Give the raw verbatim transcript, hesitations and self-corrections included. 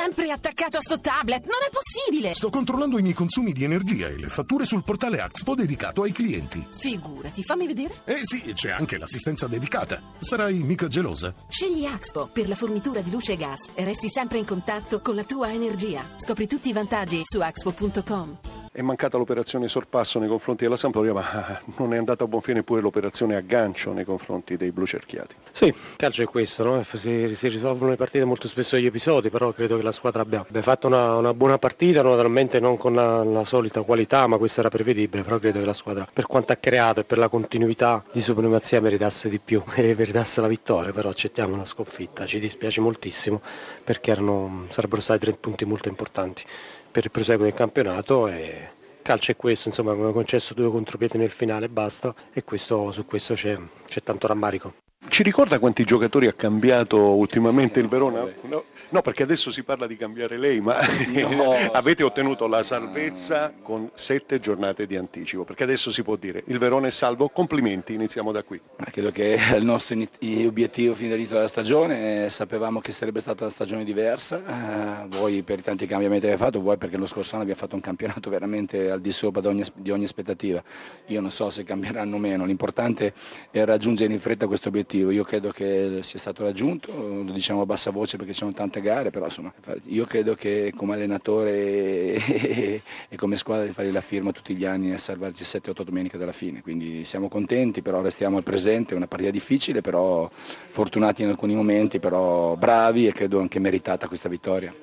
sempre attaccato a sto tablet, non è possibile! Sto controllando i miei consumi di energia e le fatture sul portale Axpo dedicato ai clienti. Figurati, fammi vedere. Eh sì, c'è anche l'assistenza dedicata. Sarai mica gelosa? Scegli Axpo per la fornitura di luce e gas e resti sempre in contatto con la tua energia. Scopri tutti i vantaggi su axpo punto com. È mancata l'operazione sorpasso nei confronti della Sampdoria, ma non è andata a buon fine pure l'operazione aggancio nei confronti dei blucerchiati. Sì, il calcio è questo, no? si, si risolvono le partite molto spesso agli episodi, però credo che la squadra abbia, abbia fatto una, una buona partita, naturalmente non con la, la solita qualità, ma questo era prevedibile, però credo che la squadra, per quanto ha creato e per la continuità di supremazia, meritasse di più e meritasse la vittoria, però accettiamo la sconfitta, ci dispiace moltissimo perché erano, sarebbero stati tre punti molto importanti per il proseguo del campionato e calcio è questo, insomma, abbiamo concesso due contropiedi nel finale e basta, e questo, su questo c'è, c'è tanto rammarico. Ci ricorda quanti giocatori ha cambiato ultimamente il Verona? No, no, perché adesso si parla di cambiare lei, ma no. Avete ottenuto la salvezza con sette giornate di anticipo, perché adesso si può dire il Verona è salvo, complimenti, iniziamo da qui. Ma credo che il nostro obiettivo fin dall'inizio della stagione, eh, sapevamo che sarebbe stata una stagione diversa, eh, voi per i tanti cambiamenti che avete fatto, voi perché lo scorso anno abbiamo fatto un campionato veramente al di sopra di ogni, di ogni aspettativa. Io non so se cambieranno o meno, l'importante è raggiungere in fretta questo obiettivo. Io credo che sia stato raggiunto, lo diciamo a bassa voce perché ci sono tante gare, però insomma io credo che come allenatore e come squadra di fare la firma tutti gli anni e salvarci sette otto domeniche dalla fine, quindi siamo contenti, però restiamo al presente, è una partita difficile, però fortunati in alcuni momenti, però bravi e credo anche meritata questa vittoria.